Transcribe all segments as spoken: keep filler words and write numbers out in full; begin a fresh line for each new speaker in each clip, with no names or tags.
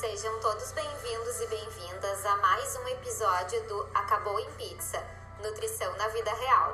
Sejam todos bem-vindos e bem-vindas a mais um episódio do Acabou em Pizza, Nutrição na Vida Real.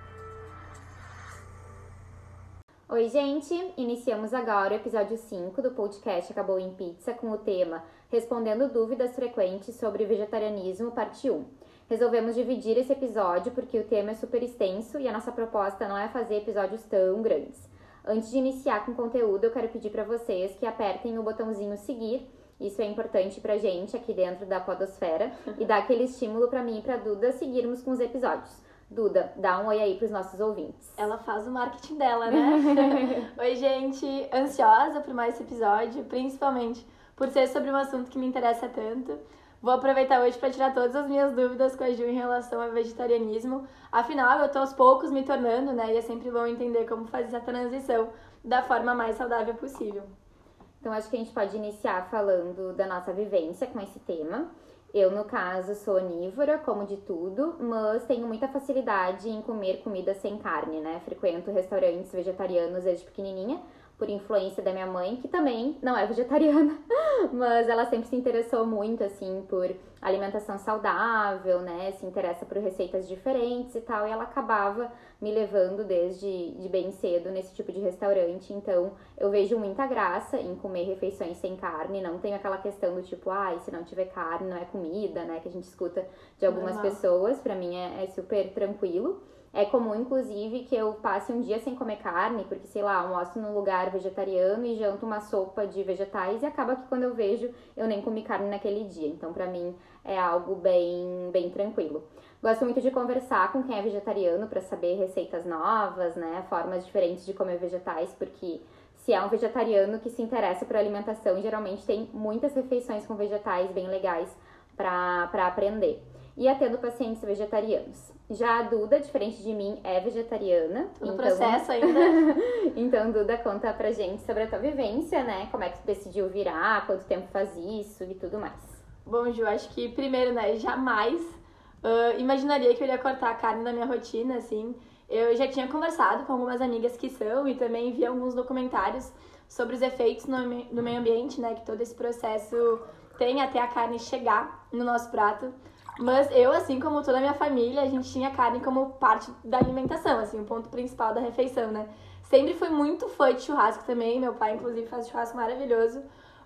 Oi, gente! Iniciamos agora o episódio cinco do podcast Acabou em Pizza com o tema Respondendo dúvidas frequentes sobre vegetarianismo, parte um. Resolvemos dividir esse episódio porque o tema é super extenso e a nossa proposta não é fazer episódios tão grandes. Antes de iniciar com o conteúdo, eu quero pedir para vocês que apertem o botãozinho seguir. Isso é importante pra gente aqui dentro da podosfera e dá aquele estímulo pra mim e pra Duda seguirmos com os episódios. Duda, dá um oi aí pros nossos ouvintes.
Ela faz o marketing dela, né? Oi, gente, ansiosa por mais esse episódio, principalmente por ser sobre um assunto que me interessa tanto. Vou aproveitar hoje para tirar todas as minhas dúvidas com a Ju em relação ao vegetarianismo. Afinal, eu tô aos poucos me tornando, né? E é sempre bom entender como fazer essa transição da forma mais saudável possível.
Então, acho que a gente pode iniciar falando da nossa vivência com esse tema. Eu, no caso, sou onívora, como de tudo, mas tenho muita facilidade em comer comida sem carne, né? Frequento restaurantes vegetarianos desde pequenininha, por influência da minha mãe, que também não é vegetariana, mas ela sempre se interessou muito, assim, por alimentação saudável, né? Se interessa por receitas diferentes e tal, e ela acabava me levando desde de bem cedo nesse tipo de restaurante. Então, eu vejo muita graça em comer refeições sem carne, não tem aquela questão do tipo, ai, ah, se não tiver carne não é comida, né? Que a gente escuta de algumas
Normal.
pessoas, pra mim é, é super tranquilo. É comum, inclusive, que eu passe um dia sem comer carne, porque, sei lá, almoço num lugar vegetariano e janto uma sopa de vegetais e acaba que quando eu vejo, eu nem comi carne naquele dia. Então, pra mim, é algo bem, bem tranquilo. Gosto muito de conversar com quem é vegetariano para saber receitas novas, né, formas diferentes de comer vegetais, porque se é um vegetariano que se interessa por alimentação, geralmente tem muitas refeições com vegetais bem legais para para aprender. E atendo pacientes vegetarianos. Já a Duda, diferente de mim, é vegetariana.
Tô no
então...
processo ainda.
Então, Duda, conta pra gente sobre a tua vivência, né? Como é que tu decidiu virar, quanto tempo faz isso e tudo mais.
Bom, Ju, acho que primeiro, né, jamais uh, imaginaria que eu iria cortar a carne da minha rotina, assim. Eu já tinha conversado com algumas amigas que são e também vi alguns documentários sobre os efeitos no, no meio ambiente, né? Que todo esse processo tem até a carne chegar no nosso prato. Mas eu, assim como toda a minha família, a gente tinha carne como parte da alimentação, assim, o ponto principal da refeição, né? Sempre fui muito fã de churrasco também, meu pai, inclusive, faz churrasco maravilhoso.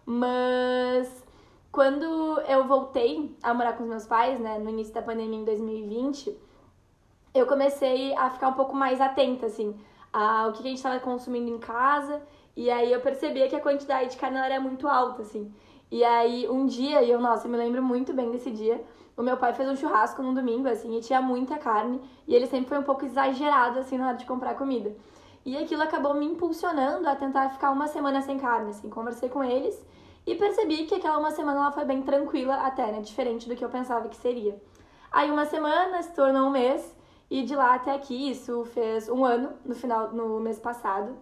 Mas quando eu voltei a morar com os meus pais, né, no início da pandemia em dois mil e vinte, eu comecei a ficar um pouco mais atenta, assim, ao que a gente estava consumindo em casa. E aí eu percebia que a quantidade de carne era muito alta, assim. E aí um dia, e eu, nossa, eu me lembro muito bem desse dia, o meu pai fez um churrasco num domingo, assim, e tinha muita carne, e ele sempre foi um pouco exagerado, assim, na hora de comprar comida. E aquilo acabou me impulsionando a tentar ficar uma semana sem carne, assim, conversei com eles e percebi que aquela uma semana ela foi bem tranquila até, né, diferente do que eu pensava que seria. Aí uma semana se tornou um mês, e de lá até aqui, isso fez um ano, no final, no mês passado,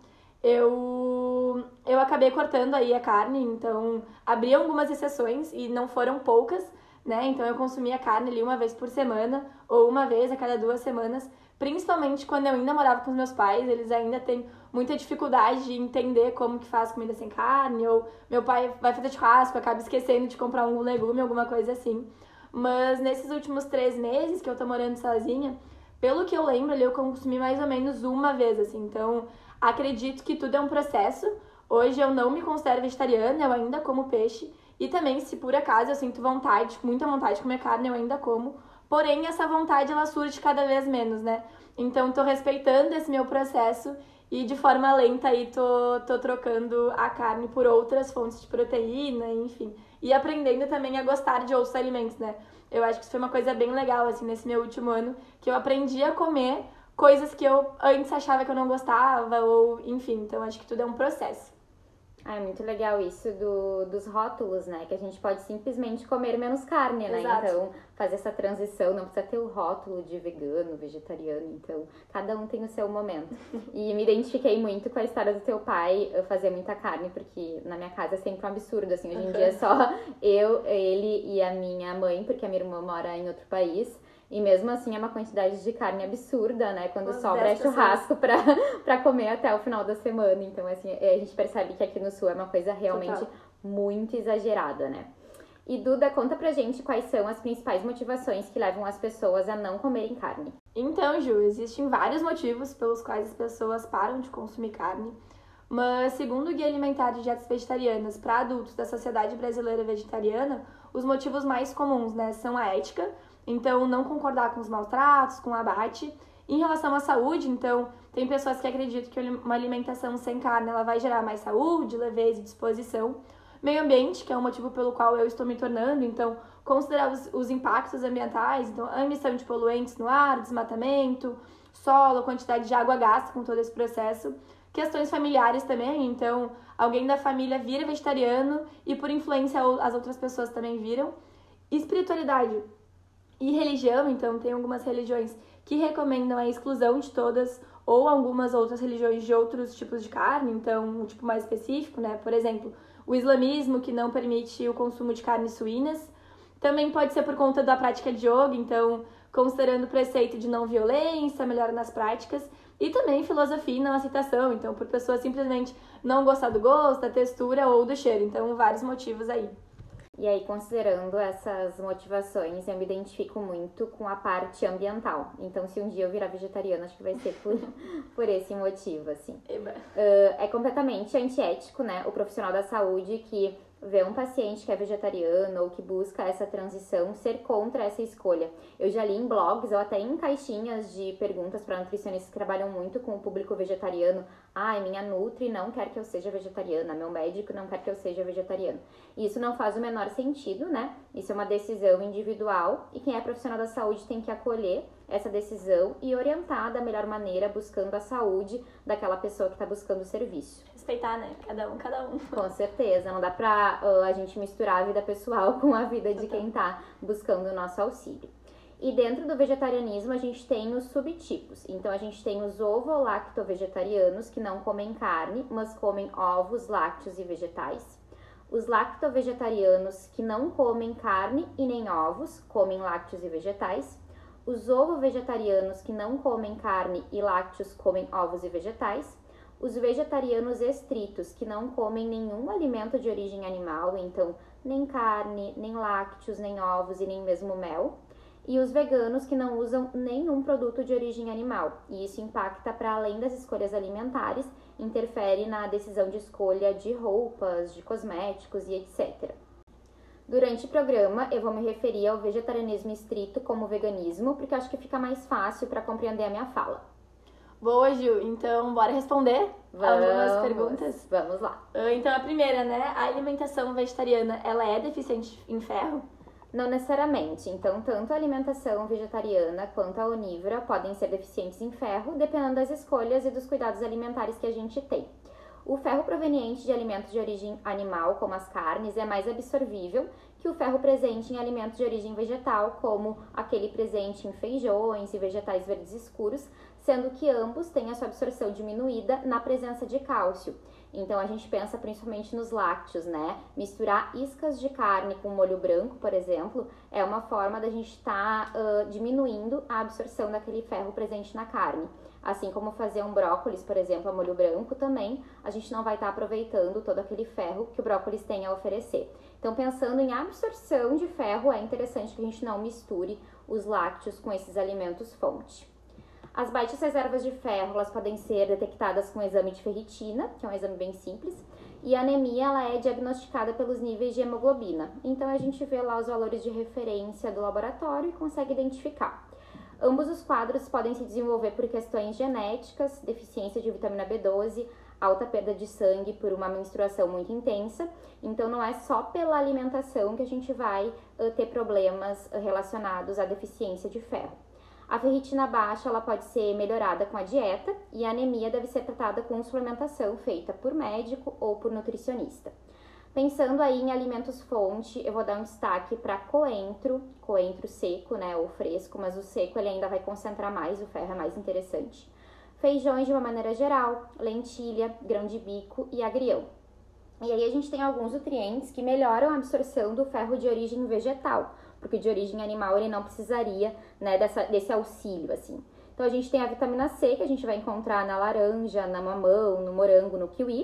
eu, eu acabei cortando aí a carne, então abri algumas exceções e não foram poucas, né? Então eu consumia carne ali uma vez por semana ou uma vez a cada duas semanas, principalmente quando eu ainda morava com os meus pais. Eles ainda têm muita dificuldade de entender como que faz comida sem carne, ou meu pai vai fazer churrasco, acaba esquecendo de comprar um legume, alguma coisa assim. Mas nesses últimos três meses que eu tô morando sozinha, pelo que eu lembro ali, eu consumi mais ou menos uma vez, assim. Então acredito que tudo é um processo. Hoje eu não me considero vegetariana, eu ainda como peixe. E também, se por acaso eu sinto vontade, muita vontade de comer carne, eu ainda como. Porém, essa vontade, ela surge cada vez menos, né? Então, tô respeitando esse meu processo e de forma lenta aí tô, tô trocando a carne por outras fontes de proteína, enfim. E aprendendo também a gostar de outros alimentos, né? Eu acho que isso foi uma coisa bem legal, assim, nesse meu último ano, que eu aprendi a comer coisas que eu antes achava que eu não gostava, ou enfim. Então, acho que tudo é um processo.
Ah, é muito legal isso do, dos rótulos, né? Que a gente pode simplesmente comer menos carne, né?
Exato.
Então, fazer essa transição, não precisa ter o rótulo de vegano, vegetariano. Então, cada um tem o seu momento. E me identifiquei muito com a história do teu pai fazer muita carne, porque na minha casa é sempre um absurdo, assim. Hoje em dia é só eu, ele e a minha mãe, porque a minha irmã mora em outro país. E mesmo assim é uma quantidade de carne absurda, né? Quando
Umas
sobra é
dez
churrasco pra, pra comer até o final da semana. Então, assim, a gente percebe que aqui no Sul é uma coisa realmente
Total.
muito exagerada, né? E Duda, conta pra gente quais são as principais motivações que levam as pessoas a não comerem carne.
Então, Ju, existem vários motivos pelos quais as pessoas param de consumir carne, mas segundo o Guia Alimentar de Dietas Vegetarianas para Adultos da Sociedade Brasileira Vegetariana, os motivos mais comuns, né, são a ética, então não concordar com os maus tratos, com o abate. Em relação à saúde, então, tem pessoas que acreditam que uma alimentação sem carne ela vai gerar mais saúde, leveza e disposição. Meio ambiente, que é o motivo pelo qual eu estou me tornando, então, considerar os, os impactos ambientais, então, a emissão de poluentes no ar, desmatamento, solo, quantidade de água gasta com todo esse processo. Questões familiares também, então, alguém da família vira vegetariano e, por influência, as outras pessoas também viram. Espiritualidade e religião, então, tem algumas religiões que recomendam a exclusão de todas ou algumas outras religiões de outros tipos de carne, então, um tipo mais específico, né? Por exemplo, o islamismo, que não permite o consumo de carnes suínas. Também pode ser por conta da prática de yoga, então, considerando o preceito de não violência, melhora nas práticas. E também filosofia e não aceitação, então, por pessoas simplesmente não gostar do gosto, da textura ou do cheiro. Então, vários motivos aí.
E aí, considerando essas motivações, eu me identifico muito com a parte ambiental. Então, se um dia eu virar vegetariana, acho que vai ser por, por esse motivo, assim. Uh, é completamente antiético, né? O profissional da saúde que vê um paciente que é vegetariano ou que busca essa transição ser contra essa escolha. Eu já li em blogs ou até em caixinhas de perguntas para nutricionistas que trabalham muito com o público vegetariano. Ai, minha nutri não quer que eu seja vegetariana, meu médico não quer que eu seja vegetariano. E isso não faz o menor sentido, né? Isso é uma decisão individual e quem é profissional da saúde tem que acolher essa decisão e orientar da melhor maneira, buscando a saúde daquela pessoa que está buscando o serviço.
Respeitar, né? Cada um, cada um.
Com certeza, não dá pra uh, a gente misturar a vida pessoal com a vida de quem tá buscando o nosso auxílio. E dentro do vegetarianismo a gente tem os subtipos. Então a gente tem os ovo-lacto-vegetarianos que não comem carne, mas comem ovos, lácteos e vegetais. Os lacto-vegetarianos que não comem carne e nem ovos, comem lácteos e vegetais. Os ovo-vegetarianos que não comem carne e lácteos, comem ovos e vegetais. Os vegetarianos estritos, que não comem nenhum alimento de origem animal, então nem carne, nem lácteos, nem ovos e nem mesmo mel. E os veganos, que não usam nenhum produto de origem animal. E isso impacta para além das escolhas alimentares, interfere na decisão de escolha de roupas, de cosméticos e etcétera. Durante o programa, eu vou me referir ao vegetarianismo estrito como veganismo, porque eu acho que fica mais fácil para compreender a minha fala.
Boa, Ju. Então, bora responder
vamos,
algumas perguntas?
Vamos lá.
Então, a primeira, né? A alimentação vegetariana, ela é deficiente em ferro?
Não necessariamente. Então, tanto a alimentação vegetariana quanto a onívora podem ser deficientes em ferro, dependendo das escolhas e dos cuidados alimentares que a gente tem. O ferro proveniente de alimentos de origem animal, como as carnes, é mais absorvível que o ferro presente em alimentos de origem vegetal, como aquele presente em feijões e vegetais verdes escuros, sendo que ambos têm a sua absorção diminuída na presença de cálcio. Então, a gente pensa principalmente nos lácteos, né? Misturar iscas de carne com molho branco, por exemplo, é uma forma da gente estar tá, uh, diminuindo a absorção daquele ferro presente na carne. Assim como fazer um brócolis, por exemplo, a molho branco também, a gente não vai estar tá aproveitando todo aquele ferro que o brócolis tem a oferecer. Então, pensando em absorção de ferro, é interessante que a gente não misture os lácteos com esses alimentos fonte. As baixas reservas de ferro, elas podem ser detectadas com o exame de ferritina, que é um exame bem simples, e a anemia, ela é diagnosticada pelos níveis de hemoglobina. Então, a gente vê lá os valores de referência do laboratório e consegue identificar. Ambos os quadros podem se desenvolver por questões genéticas, deficiência de vitamina B doze, alta perda de sangue por uma menstruação muito intensa. Então, não é só pela alimentação que a gente vai uh, ter problemas relacionados à deficiência de ferro. A ferritina baixa, ela pode ser melhorada com a dieta e a anemia deve ser tratada com suplementação feita por médico ou por nutricionista. Pensando aí em alimentos fonte, eu vou dar um destaque para coentro, coentro seco, né, ou fresco, mas o seco ele ainda vai concentrar mais, o ferro é mais interessante. Feijões de uma maneira geral, lentilha, grão de bico e agrião. E aí a gente tem alguns nutrientes que melhoram a absorção do ferro de origem vegetal, porque de origem animal ele não precisaria, né, dessa, desse auxílio, assim. Então a gente tem a vitamina C, que a gente vai encontrar na laranja, na mamão, no morango, no kiwi.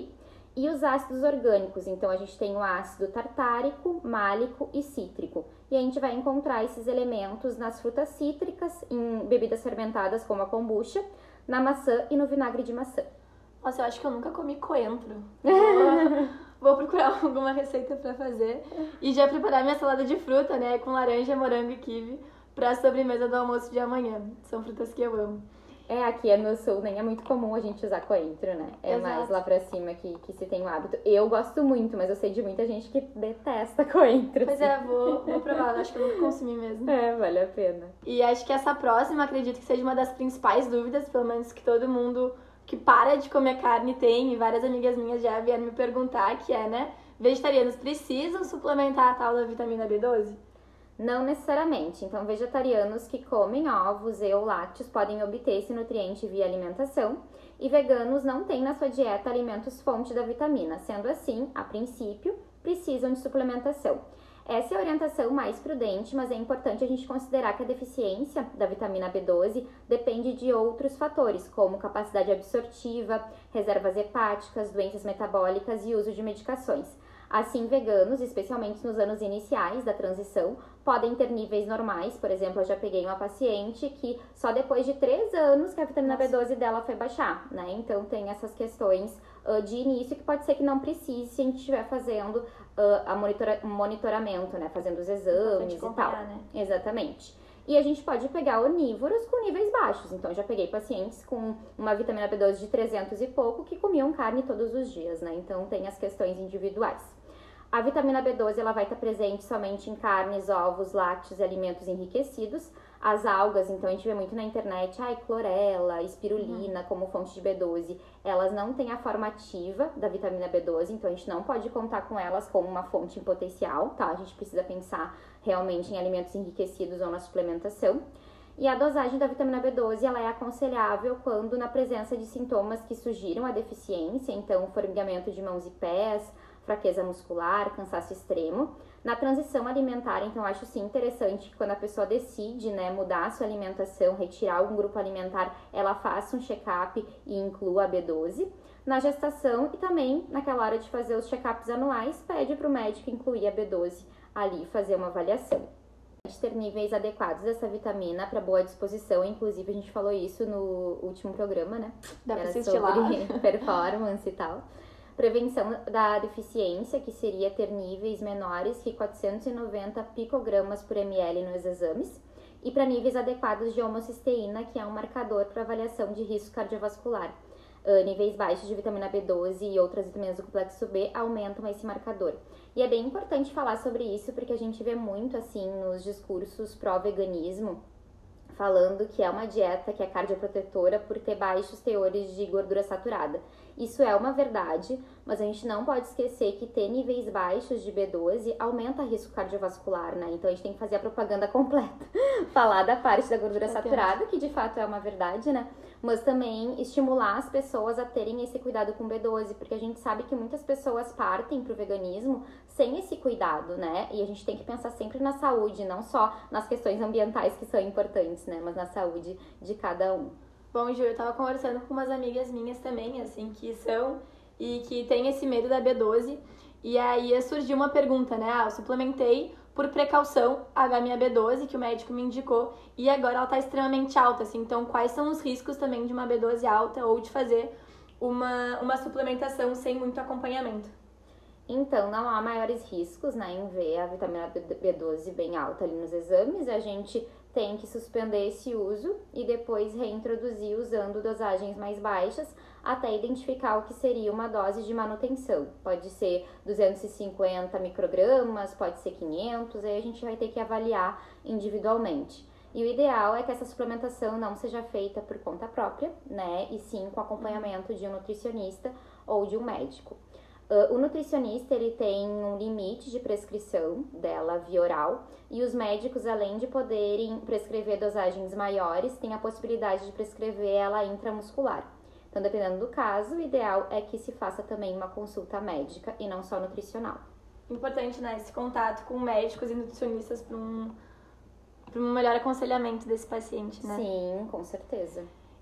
E os ácidos orgânicos, então a gente tem o ácido tartárico, málico e cítrico. E a gente vai encontrar esses elementos nas frutas cítricas, em bebidas fermentadas como a kombucha, na maçã e no vinagre de maçã.
Nossa, eu acho que eu nunca comi coentro. Vou, vou procurar alguma receita pra fazer. E já preparar minha salada de fruta, né, com laranja, morango e kiwi, pra sobremesa do almoço de amanhã. São frutas que eu amo.
É, aqui no sul nem é muito comum a gente usar coentro, né? É
Exato.
mais lá pra cima que, que se tem o hábito. Eu gosto muito, mas eu sei de muita gente que detesta coentro.
Pois é, vou, vou provar. Acho que eu nunca consumi mesmo.
É, vale a pena.
E acho que essa próxima, acredito que seja uma das principais dúvidas, pelo menos que todo mundo que para de comer carne tem, e várias amigas minhas já vieram me perguntar, que é, né, vegetarianos precisam suplementar a tal da vitamina B doze?
Não necessariamente. Então, vegetarianos que comem ovos e ou lácteos podem obter esse nutriente via alimentação, e veganos não têm na sua dieta alimentos fonte da vitamina. Sendo assim, a princípio, precisam de suplementação. Essa é a orientação mais prudente, mas é importante a gente considerar que a deficiência da vitamina B doze depende de outros fatores, como capacidade absortiva, reservas hepáticas, doenças metabólicas e uso de medicações. Assim, veganos, especialmente nos anos iniciais da transição, podem ter níveis normais. Por exemplo, eu já peguei uma paciente que só depois de três anos que a vitamina Nossa. B doze dela foi baixar, né? Então, tem essas questões uh, de início que pode ser que não precise se a gente estiver fazendo uh, a monitora monitoramento, né? Fazendo os exames e tal.
Né?
Exatamente. E a gente pode pegar onívoros com níveis baixos. Então, eu já peguei pacientes com uma vitamina B doze de trezentos e pouco que comiam carne todos os dias, né? Então, tem as questões individuais. A vitamina B doze ela vai estar presente somente em carnes, ovos, lácteos e alimentos enriquecidos. As algas, então a gente vê muito na internet, ai, clorela, espirulina uhum. como fonte de B doze. Elas não têm a forma ativa da vitamina B doze, então a gente não pode contar com elas como uma fonte em potencial, tá? A gente precisa pensar realmente em alimentos enriquecidos ou na suplementação. E a dosagem da vitamina B doze ela é aconselhável quando na presença de sintomas que sugiram a deficiência, então formigamento de mãos e pés, fraqueza muscular, cansaço extremo. Na transição alimentar, então, acho sim interessante que quando a pessoa decide, né, mudar a sua alimentação, retirar algum grupo alimentar, ela faça um check-up e inclua a B doze. Na gestação e também naquela hora de fazer os check-ups anuais, pede para o médico incluir a B doze ali, fazer uma avaliação. De ter níveis adequados dessa vitamina para boa disposição, inclusive a gente falou isso no último programa, né?
Dá pra
Era
assistir lá.
sobre performance e tal. Prevenção da deficiência, que seria ter níveis menores que quatrocentos e noventa picogramas por ml nos exames, e para níveis adequados de homocisteína, que é um marcador para avaliação de risco cardiovascular. Uh, níveis baixos de vitamina B doze e outras vitaminas do complexo B aumentam esse marcador. E é bem importante falar sobre isso, porque a gente vê muito, assim, nos discursos pró-veganismo, falando que é uma dieta que é cardioprotetora por ter baixos teores de gordura saturada. Isso é uma verdade, mas a gente não pode esquecer que ter níveis baixos de B doze aumenta risco cardiovascular, né? Então a gente tem que fazer a propaganda completa. Falar da parte da gordura saturada, que de fato é uma verdade, né? Mas também estimular as pessoas a terem esse cuidado com B doze, porque a gente sabe que muitas pessoas partem pro veganismo sem esse cuidado, né? E a gente tem que pensar sempre na saúde, não só nas questões ambientais que são importantes, né? Mas na saúde de cada um.
Bom, Ju, eu tava conversando com umas amigas minhas também, assim, que são e que têm esse medo da B doze. E aí surgiu uma pergunta, né? Ah, eu suplementei por precaução a minha B doze, que o médico me indicou, e agora ela tá extremamente alta, assim. Então, quais são os riscos também de uma B doze alta ou de fazer uma, uma suplementação sem muito acompanhamento?
Então, não há maiores riscos, né, em ver a vitamina B doze bem alta ali nos exames. A gente tem que suspender esse uso e depois reintroduzir usando dosagens mais baixas até identificar o que seria uma dose de manutenção. Pode ser duzentos e cinquenta microgramas, pode ser quinhentos, aí a gente vai ter que avaliar individualmente. E o ideal é que essa suplementação não seja feita por conta própria, né, e sim com acompanhamento de um nutricionista ou de um médico. Uh, o nutricionista, ele tem um limite de prescrição dela via oral, e os médicos, além de poderem prescrever dosagens maiores, têm a possibilidade de prescrever ela intramuscular. Então, dependendo do caso, o ideal é que se faça também uma consulta médica e não só nutricional.
Importante, né, esse contato com médicos e nutricionistas para um, para um melhor aconselhamento desse paciente, né?
Sim, com certeza.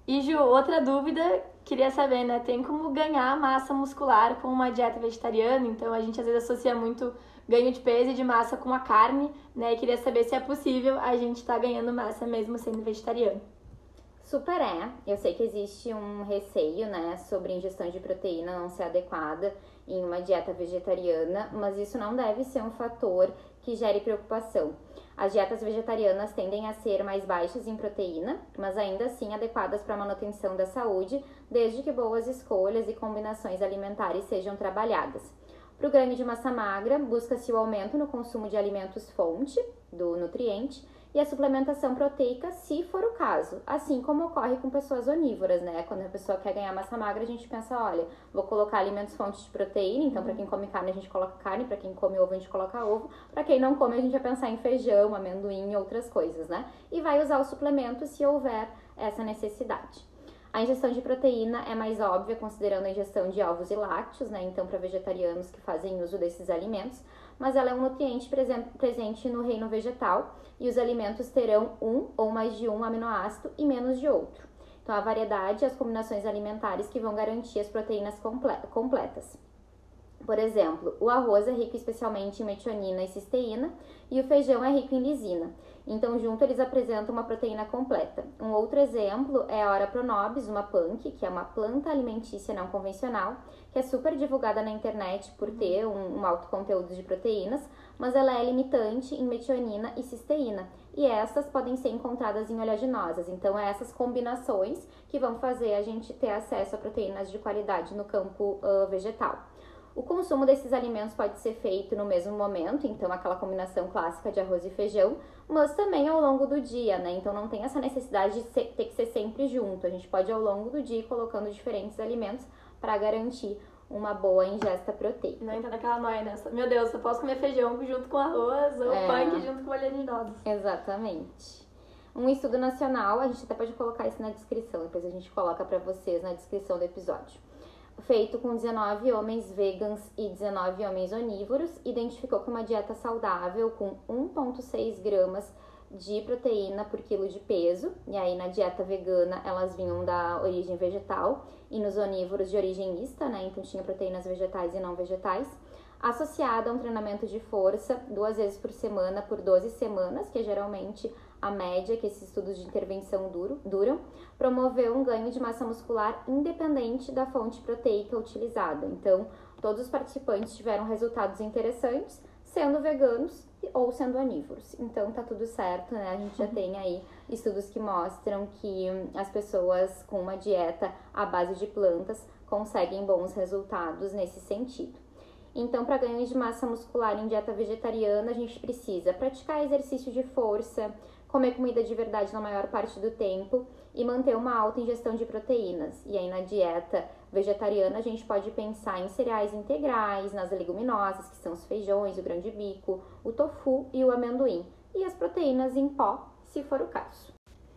E Ju, outra dúvida, queria saber, né? Tem como ganhar massa muscular com uma dieta vegetariana? Então a gente às vezes associa muito ganho de peso e de massa com a carne, né? E queria saber se é possível a gente estar tá ganhando massa mesmo sendo vegetariano.
Super é. Eu sei que existe um receio, né, sobre ingestão de proteína não ser adequada em uma dieta vegetariana, mas isso não deve ser um fator que gere preocupação. As dietas vegetarianas tendem a ser mais baixas em proteína, mas ainda assim adequadas para a manutenção da saúde, desde que boas escolhas e combinações alimentares sejam trabalhadas. Para o ganho de massa magra, busca-se o aumento no consumo de alimentos fonte do nutriente e a suplementação proteica, se for o caso, assim como ocorre com pessoas onívoras, né? Quando a pessoa quer ganhar massa magra, a gente pensa, olha, vou colocar alimentos fontes de proteína, então para quem come carne a gente coloca carne, para quem come ovo a gente coloca ovo, para quem não come a gente vai pensar em feijão, amendoim e outras coisas, né? E vai usar o suplemento se houver essa necessidade. A ingestão de proteína é mais óbvia considerando a ingestão de ovos e lácteos, né? Então para vegetarianos que fazem uso desses alimentos, mas ela é um nutriente presente no reino vegetal e os alimentos terão um ou mais de um aminoácido e menos de outro. Então, a variedade e as combinações alimentares que vão garantir as proteínas completas. Por exemplo, o arroz é rico especialmente em metionina e cisteína e o feijão é rico em lisina. Então, junto, eles apresentam uma proteína completa. Um outro exemplo é a Ora pronobis, uma punk, que é uma planta alimentícia não convencional, que é super divulgada na internet por ter um, um alto conteúdo de proteínas, mas ela é limitante em metionina e cisteína. E essas podem ser encontradas em oleaginosas. Então, é essas combinações que vão fazer a gente ter acesso a proteínas de qualidade no campo uh, vegetal. O consumo desses alimentos pode ser feito no mesmo momento, então aquela combinação clássica de arroz e feijão, mas também ao longo do dia, né? Então não tem essa necessidade de ser, ter que ser sempre junto. A gente pode ao longo do dia ir colocando diferentes alimentos para garantir uma boa ingesta proteica.
Não entra naquela noia, né? Meu Deus, eu posso comer feijão junto com arroz ou é. punk junto com oleaginosas.
Exatamente. Um estudo nacional, a gente até pode colocar isso na descrição, depois a gente coloca para vocês na descrição do episódio. Feito com dezenove homens vegans e dezenove homens onívoros, identificou que uma dieta saudável com um vírgula seis gramas de proteína por quilo de peso, e aí na dieta vegana elas vinham da origem vegetal, e nos onívoros de origem mista, né, então tinha proteínas vegetais e não vegetais, associada a um treinamento de força duas vezes por semana por doze semanas, que é geralmente a média que esses estudos de intervenção duro, duram, promoveu um ganho de massa muscular independente da fonte proteica utilizada. Então, todos os participantes tiveram resultados interessantes, sendo veganos ou sendo onívoros. Então, tá tudo certo, né? A gente já tem aí estudos que mostram que as pessoas com uma dieta à base de plantas conseguem bons resultados nesse sentido. Então, para ganho de massa muscular em dieta vegetariana, a gente precisa praticar exercício de força, comer comida de verdade na maior parte do tempo e manter uma alta ingestão de proteínas. E aí, na dieta vegetariana, a gente pode pensar em cereais integrais, nas leguminosas, que são os feijões, o grão de bico, o tofu e o amendoim. E as proteínas em pó, se for o caso.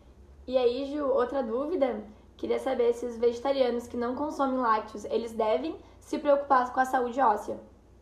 E aí, Ju, outra dúvida? Queria saber se os vegetarianos que não consomem lácteos, eles devem se preocupar com a saúde óssea.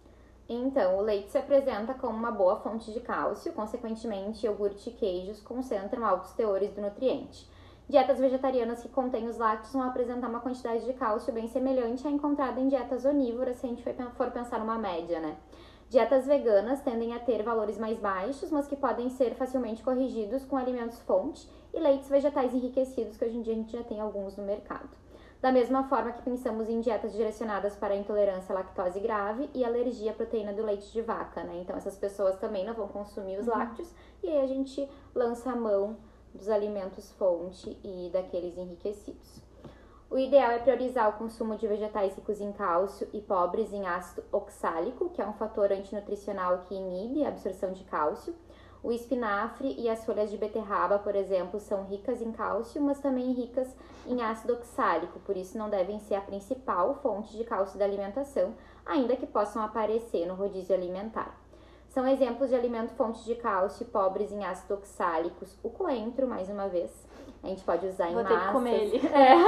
Então, o leite se apresenta como uma boa fonte de cálcio, consequentemente, iogurte e queijos concentram altos teores do nutriente. Dietas vegetarianas que contêm os lácteos vão apresentar uma quantidade de cálcio bem semelhante à encontrada em dietas onívoras, se a gente for pensar numa média, né? Dietas veganas tendem a ter valores mais baixos, mas que podem ser facilmente corrigidos com alimentos fonte e leites vegetais enriquecidos, que hoje em dia a gente já tem alguns no mercado. Da mesma forma que pensamos em dietas direcionadas para a intolerância à lactose grave e alergia à proteína do leite de vaca, né? Então, essas pessoas também não vão consumir os lácteos e aí a gente lança a mão dos alimentos fonte e daqueles enriquecidos. O ideal é priorizar o consumo de vegetais ricos em cálcio e pobres em ácido oxálico, que é um fator antinutricional que inibe a absorção de cálcio. O espinafre e as folhas de beterraba, por exemplo, são ricas em cálcio, mas também ricas em ácido oxálico, por isso não devem ser a principal fonte de cálcio da alimentação, ainda que possam aparecer no rodízio alimentar. São exemplos de alimento fonte de cálcio pobres em ácido oxálicos. O coentro, mais uma vez, a gente pode usar em
Vou
massas.
Vou ter que comer ele.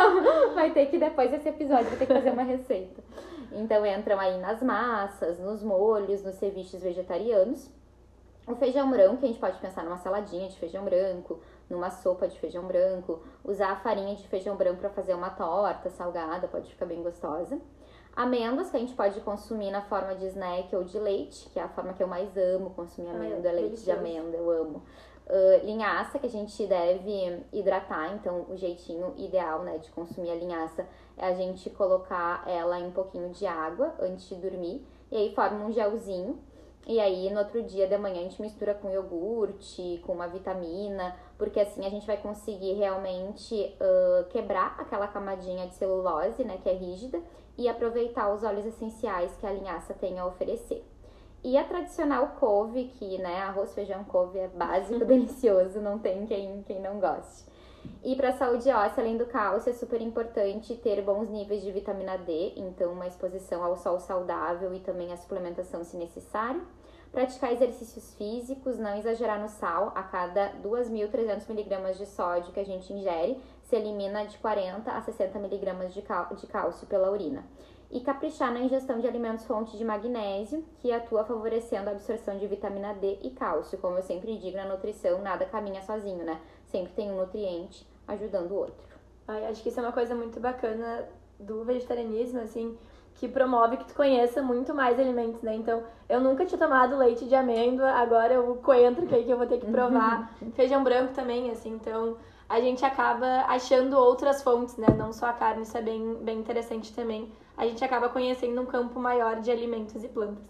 É, vai ter que, depois desse episódio, vai ter que fazer uma receita. Então, entram aí nas massas, nos molhos, nos ceviches vegetarianos. O feijão branco, que a gente pode pensar numa saladinha de feijão branco, numa sopa de feijão branco, usar a farinha de feijão branco para fazer uma torta salgada, pode ficar bem gostosa. Amêndoas, que a gente pode consumir na forma de snack ou de leite, que é a forma que eu mais amo consumir amêndoa,
Ai,
leite
delicioso.
de amêndoa, eu amo. Uh, linhaça, que a gente deve hidratar, então o jeitinho ideal, né, de consumir a linhaça é a gente colocar ela em um pouquinho de água antes de dormir, e aí forma um gelzinho, e aí no outro dia de manhã a gente mistura com iogurte, com uma vitamina, porque assim a gente vai conseguir realmente uh, quebrar aquela camadinha de celulose, né, que é rígida, e aproveitar os óleos essenciais que a linhaça tem a oferecer. E a tradicional couve, que, né, arroz, feijão, couve é básico, delicioso, não tem quem, quem não goste. E para a saúde óssea, além do cálcio, é super importante ter bons níveis de vitamina D, então uma exposição ao sol saudável e também a suplementação se necessário. Praticar exercícios físicos, não exagerar no sal, a cada dois mil e trezentos miligramas de sódio que a gente ingere, se elimina de quarenta a sessenta miligramas de cálcio pela urina. E caprichar na ingestão de alimentos fonte de magnésio, que atua favorecendo a absorção de vitamina D e cálcio. Como eu sempre digo na nutrição, nada caminha sozinho, né? Sempre tem um nutriente ajudando o outro.
Ai, acho que isso é uma coisa muito bacana do vegetarianismo, assim, que promove que tu conheça muito mais alimentos, né? Então, eu nunca tinha tomado leite de amêndoa, agora o coentro que, aí que eu vou ter que provar. Feijão branco também, assim, então a gente acaba achando outras fontes, né? Não só a carne, isso é bem, bem interessante também. A gente acaba conhecendo um campo maior de alimentos e plantas.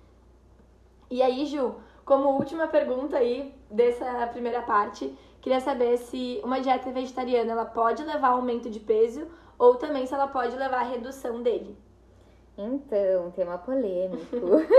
E aí, Ju, como última pergunta aí dessa primeira parte, queria saber se uma dieta vegetariana ela pode levar a aumento de peso ou também se ela pode levar a redução dele.
Então, tema polêmico.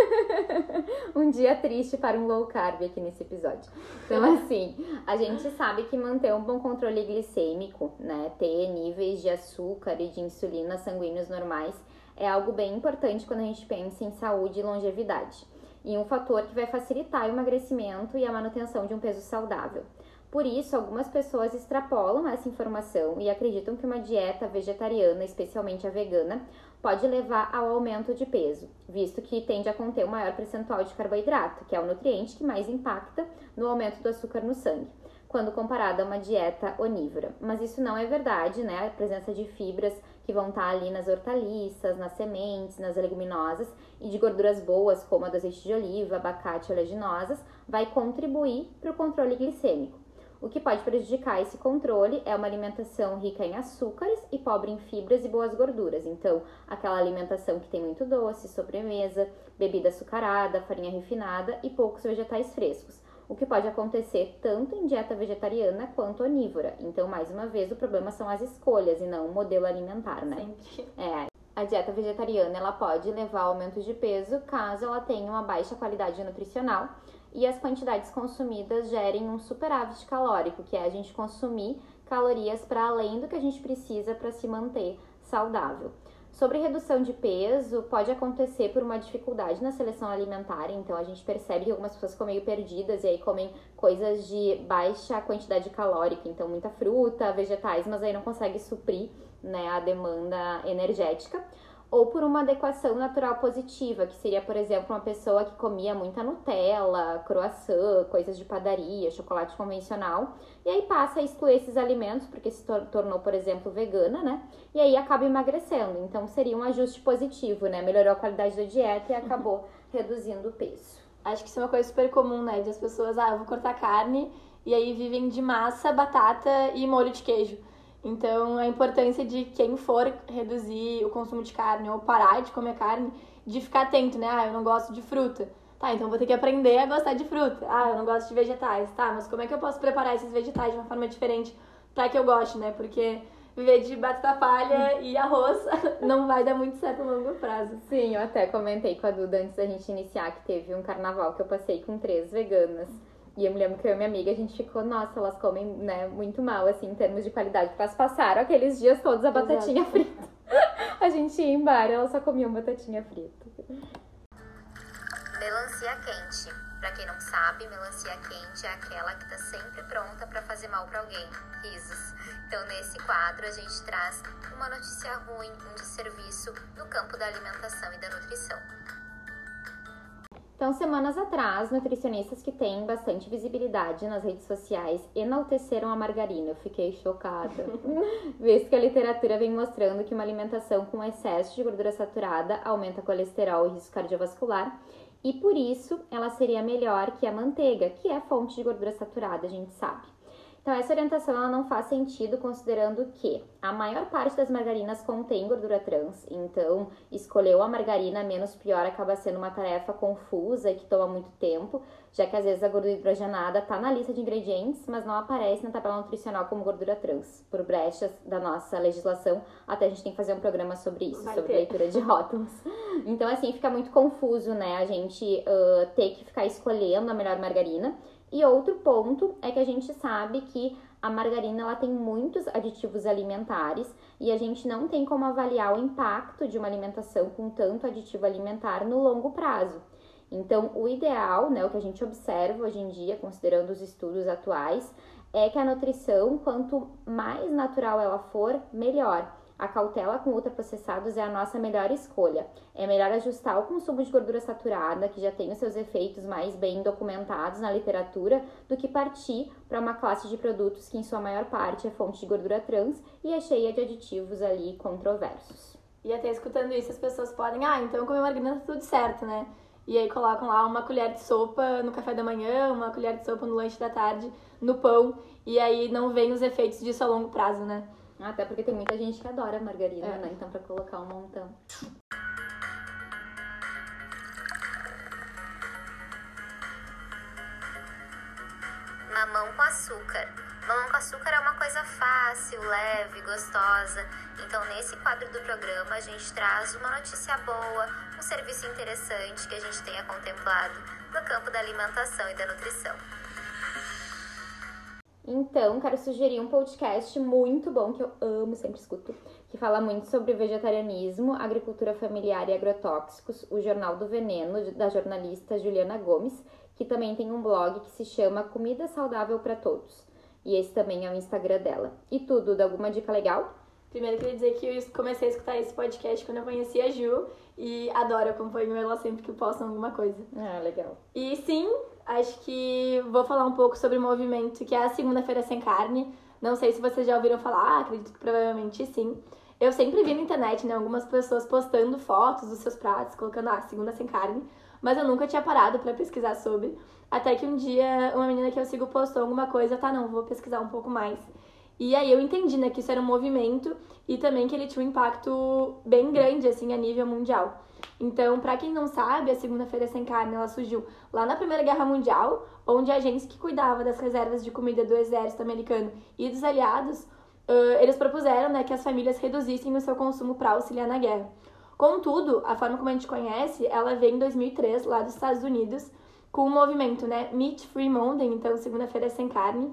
Um dia triste para um low carb aqui nesse episódio. Então, assim, a gente sabe que manter um bom controle glicêmico, né, ter níveis de açúcar e de insulina sanguíneos normais é algo bem importante quando a gente pensa em saúde e longevidade. E um fator que vai facilitar o emagrecimento e a manutenção de um peso saudável. Por isso, algumas pessoas extrapolam essa informação e acreditam que uma dieta vegetariana, especialmente a vegana, pode levar ao aumento de peso, visto que tende a conter um maior percentual de carboidrato, que é o nutriente que mais impacta no aumento do açúcar no sangue, quando comparado a uma dieta onívora. Mas isso não é verdade, né? A presença de fibras que vão estar ali nas hortaliças, nas sementes, nas leguminosas e de gorduras boas, como a do azeite de oliva, abacate e oleaginosas, vai contribuir para o controle glicêmico. O que pode prejudicar esse controle é uma alimentação rica em açúcares e pobre em fibras e boas gorduras. Então, aquela alimentação que tem muito doce, sobremesa, bebida açucarada, farinha refinada e poucos vegetais frescos. O que pode acontecer tanto em dieta vegetariana quanto onívora. Então, mais uma vez, o problema são as escolhas e não o modelo alimentar, né?
Sempre.
É, a dieta vegetariana ela pode levar ao aumento de peso caso ela tenha uma baixa qualidade nutricional e as quantidades consumidas gerem um superávit calórico, que é a gente consumir calorias para além do que a gente precisa para se manter saudável. Sobre redução de peso, pode acontecer por uma dificuldade na seleção alimentar, então a gente percebe que algumas pessoas ficam meio perdidas e aí comem coisas de baixa quantidade calórica, então muita fruta, vegetais, mas aí não consegue suprir, né, a demanda energética. Ou por uma adequação natural positiva, que seria, por exemplo, uma pessoa que comia muita Nutella, croissant, coisas de padaria, chocolate convencional, e aí passa a excluir esses alimentos, porque se tor- tornou, por exemplo, vegana, né? E aí acaba emagrecendo. Então, seria um ajuste positivo, né? Melhorou a qualidade da dieta e acabou reduzindo o peso.
Acho que isso é uma coisa super comum, né? De as pessoas, ah, eu vou cortar carne, e aí vivem de massa, batata e molho de queijo. Então, a importância de quem for reduzir o consumo de carne ou parar de comer carne, de ficar atento, né? Ah, eu não gosto de fruta. Tá, então vou ter que aprender a gostar de fruta. Ah, eu não gosto de vegetais. Tá, mas como é que eu posso preparar esses vegetais de uma forma diferente pra que eu goste, né? Porque viver de batata palha e arroz não vai dar muito certo no longo prazo.
Sim, eu até comentei com a Duda antes da gente iniciar que teve um carnaval que eu passei com três veganas. E eu me lembro que eu e minha amiga, a gente ficou, nossa, elas comem, né, muito mal, assim, em termos de qualidade. Porque elas passaram aqueles dias todos a batatinha
Exato.
frita. A gente ia em bar e elas só comiam batatinha frita.
Melancia quente. Pra quem não sabe, melancia quente é aquela que tá sempre pronta pra fazer mal pra alguém. Risos. Então, nesse quadro, a gente traz uma notícia ruim, um desserviço no campo da alimentação e da nutrição.
Então, semanas atrás, nutricionistas que têm bastante visibilidade nas redes sociais enalteceram a margarina. Eu fiquei chocada, visto que a literatura vem mostrando que uma alimentação com excesso de gordura saturada aumenta colesterol e risco cardiovascular, e por isso ela seria melhor que a manteiga, que é fonte de gordura saturada, a gente sabe. Então, essa orientação ela não faz sentido considerando que a maior parte das margarinas contém gordura trans, então escolher a margarina menos pior acaba sendo uma tarefa confusa e que toma muito tempo, já que às vezes a gordura hidrogenada está na lista de ingredientes, mas não aparece na tabela nutricional como gordura trans, por brechas da nossa legislação. Até a gente tem que fazer um programa sobre isso,
Vai
sobre
ter.
leitura de rótulos. Então, assim, fica muito confuso, né, a gente uh, ter que ficar escolhendo a melhor margarina. E outro ponto é que a gente sabe que a margarina ela tem muitos aditivos alimentares e a gente não tem como avaliar o impacto de uma alimentação com tanto aditivo alimentar no longo prazo. Então, o ideal, né, o que a gente observa hoje em dia, considerando os estudos atuais, é que a nutrição, quanto mais natural ela for, melhor. A cautela com ultraprocessados é a nossa melhor escolha. É melhor ajustar o consumo de gordura saturada, que já tem os seus efeitos mais bem documentados na literatura, do que partir para uma classe de produtos que, em sua maior parte, é fonte de gordura trans e é cheia de aditivos ali controversos.
E até escutando isso, as pessoas podem, ah, então comer margarina tá tudo certo, né? E aí colocam lá uma colher de sopa no café da manhã, uma colher de sopa no lanche da tarde, no pão, e aí não vem os efeitos disso a longo prazo, né?
Até porque tem muita gente que adora margarina,
É.
né? Então, pra colocar um montão.
Mamão com açúcar. Mamão com açúcar é uma coisa fácil, leve, gostosa. Então, nesse quadro do programa, a gente traz uma notícia boa, um serviço interessante que a gente tenha contemplado no campo da alimentação e da nutrição.
Então, quero sugerir um podcast muito bom, que eu amo, sempre escuto, que fala muito sobre vegetarianismo, agricultura familiar e agrotóxicos, o Jornal do Veneno, da jornalista Juliana Gomes, que também tem um blog que se chama Comida Saudável para Todos. E esse também é o Instagram dela. E tudo, dá alguma dica legal?
Primeiro, eu queria dizer que eu comecei a escutar esse podcast quando eu conheci a Ju e adoro, acompanho ela sempre que postam alguma coisa.
Ah, legal.
E sim, acho que vou falar um pouco sobre o movimento que é a Segunda-feira Sem Carne. Não sei se vocês já ouviram falar, acredito que provavelmente sim. Eu sempre vi na internet, né, algumas pessoas postando fotos dos seus pratos, colocando, ah, segunda sem carne, mas eu nunca tinha parado pra pesquisar sobre. Até que um dia uma menina que eu sigo postou alguma coisa, tá, não, vou pesquisar um pouco mais. E aí eu entendi, né, que isso era um movimento e também que ele tinha um impacto bem grande, assim, a nível mundial. Então, pra quem não sabe, a Segunda-feira Sem Carne, ela surgiu lá na Primeira Guerra Mundial, onde a agência que cuidava das reservas de comida do exército americano e dos aliados, uh, eles propuseram, né, que as famílias reduzissem o seu consumo para auxiliar na guerra. Contudo, a forma como a gente conhece, ela veio em dois mil e três, lá dos Estados Unidos, com o movimento, né, Meat Free Monday, então Segunda-feira Sem Carne,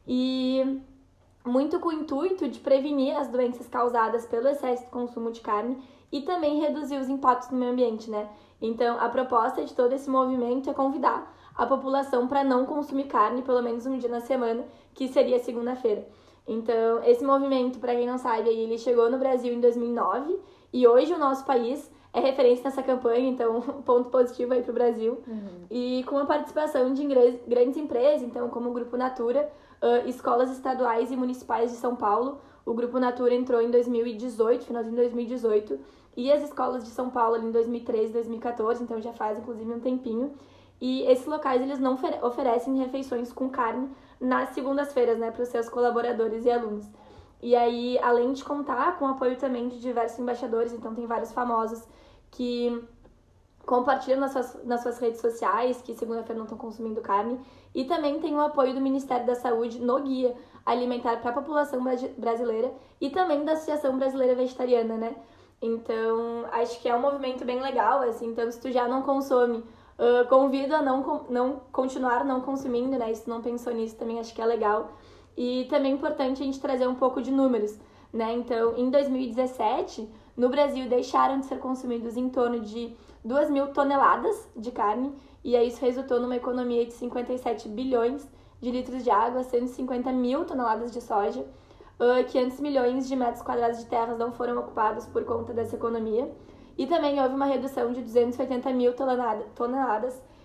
e muito com o intuito de prevenir as doenças causadas pelo excesso de consumo de carne e também reduzir os impactos no meio ambiente, né? Então, a proposta de todo esse movimento é convidar a população para não consumir carne pelo menos um dia na semana, que seria segunda-feira. Então, esse movimento, para quem não sabe, ele chegou no Brasil em dois mil e nove e hoje o nosso país é referência nessa campanha, então, ponto positivo aí para o Brasil.
Uhum.
E com a participação de grandes empresas, então, como o Grupo Natura, uh, escolas estaduais e municipais de São Paulo. O Grupo Natura entrou em dois mil e dezoito, finalzinho de dois mil e dezoito, e as escolas de São Paulo ali em dois mil e treze, dois mil e quatorze, então já faz inclusive um tempinho. E esses locais, eles não oferecem refeições com carne nas segundas-feiras, né, para os seus colaboradores e alunos. E aí, além de contar com o apoio também de diversos embaixadores, então tem vários famosos que compartilham nas suas, nas suas redes sociais que segunda-feira não estão consumindo carne. E também tem o apoio do Ministério da Saúde no Guia Alimentar para a População Brasileira e também da Associação Brasileira Vegetariana, né? Então, acho que é um movimento bem legal, assim. Então, se tu já não consome, uh, convido a não, não continuar não consumindo, né? Se tu não pensou nisso, também acho que é legal. E também é importante a gente trazer um pouco de números, né? Então, em dois mil e dezessete, no Brasil, deixaram de ser consumidos em torno de duas mil toneladas de carne, e aí isso resultou numa economia de cinquenta e sete bilhões de litros de água, cento e cinquenta mil toneladas de soja, uh, quinhentos milhões de metros quadrados de terras não foram ocupados por conta dessa economia, e também houve uma redução de duzentos e oitenta mil toneladas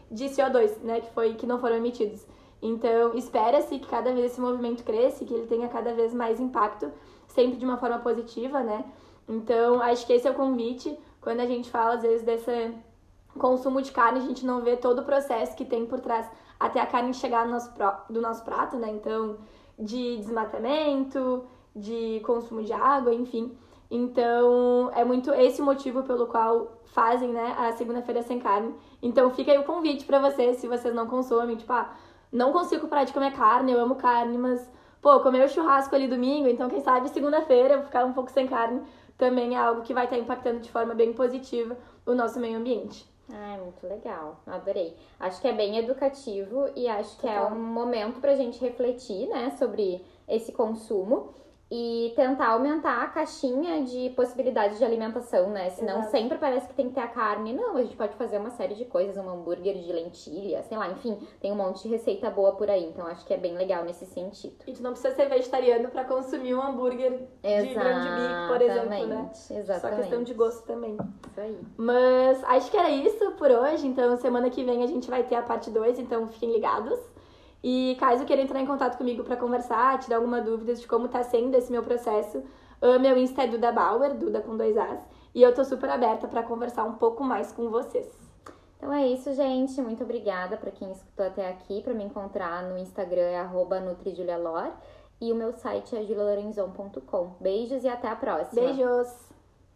de C O dois, né, que, foi, que não foram emitidos. Então, espera-se que cada vez esse movimento cresça, que ele tenha cada vez mais impacto, sempre de uma forma positiva, né? Então, acho que esse é o convite. Quando a gente fala, às vezes, desse consumo de carne, a gente não vê todo o processo que tem por trás até a carne chegar no nosso, do nosso prato, né? Então, de desmatamento, de consumo de água, enfim. Então, é muito esse o motivo pelo qual fazem, né, a segunda-feira sem carne. Então, fica aí o convite pra vocês, se vocês não consomem, tipo, ah, não consigo parar de comer carne, eu amo carne, mas, pô, comer o churrasco ali domingo, então, quem sabe, segunda-feira eu vou ficar um pouco sem carne, também é algo que vai estar impactando de forma bem positiva o nosso meio ambiente.
Ah, muito legal, adorei. Acho que é bem educativo e acho que
Total.
é um momento pra gente refletir, né, sobre esse consumo e tentar aumentar a caixinha de possibilidades de alimentação, né? Senão
Exato.
sempre parece que tem que ter a carne. Não, a gente pode fazer uma série de coisas, um hambúrguer de lentilha, sei lá, enfim, tem um monte de receita boa por aí, então acho que é bem legal nesse sentido.
E tu não precisa ser vegetariano pra consumir um hambúrguer de grão de bico, por exemplo, né?
Exatamente.
Só questão de gosto também.
Isso aí.
Mas acho que era isso por hoje, então semana que vem a gente vai ter a parte dois, então fiquem ligados. E caso queira entrar em contato comigo para conversar, tirar alguma dúvida de como tá sendo esse meu processo, o meu Insta é Duda Bauer, Duda com dois As, e eu tô super aberta para conversar um pouco mais com vocês.
Então é isso, gente. Muito obrigada para quem escutou até aqui. Para me encontrar no Instagram é arroba nutrijulialor e o meu site é julia lorenzon ponto com. Beijos e até a próxima.
Beijos!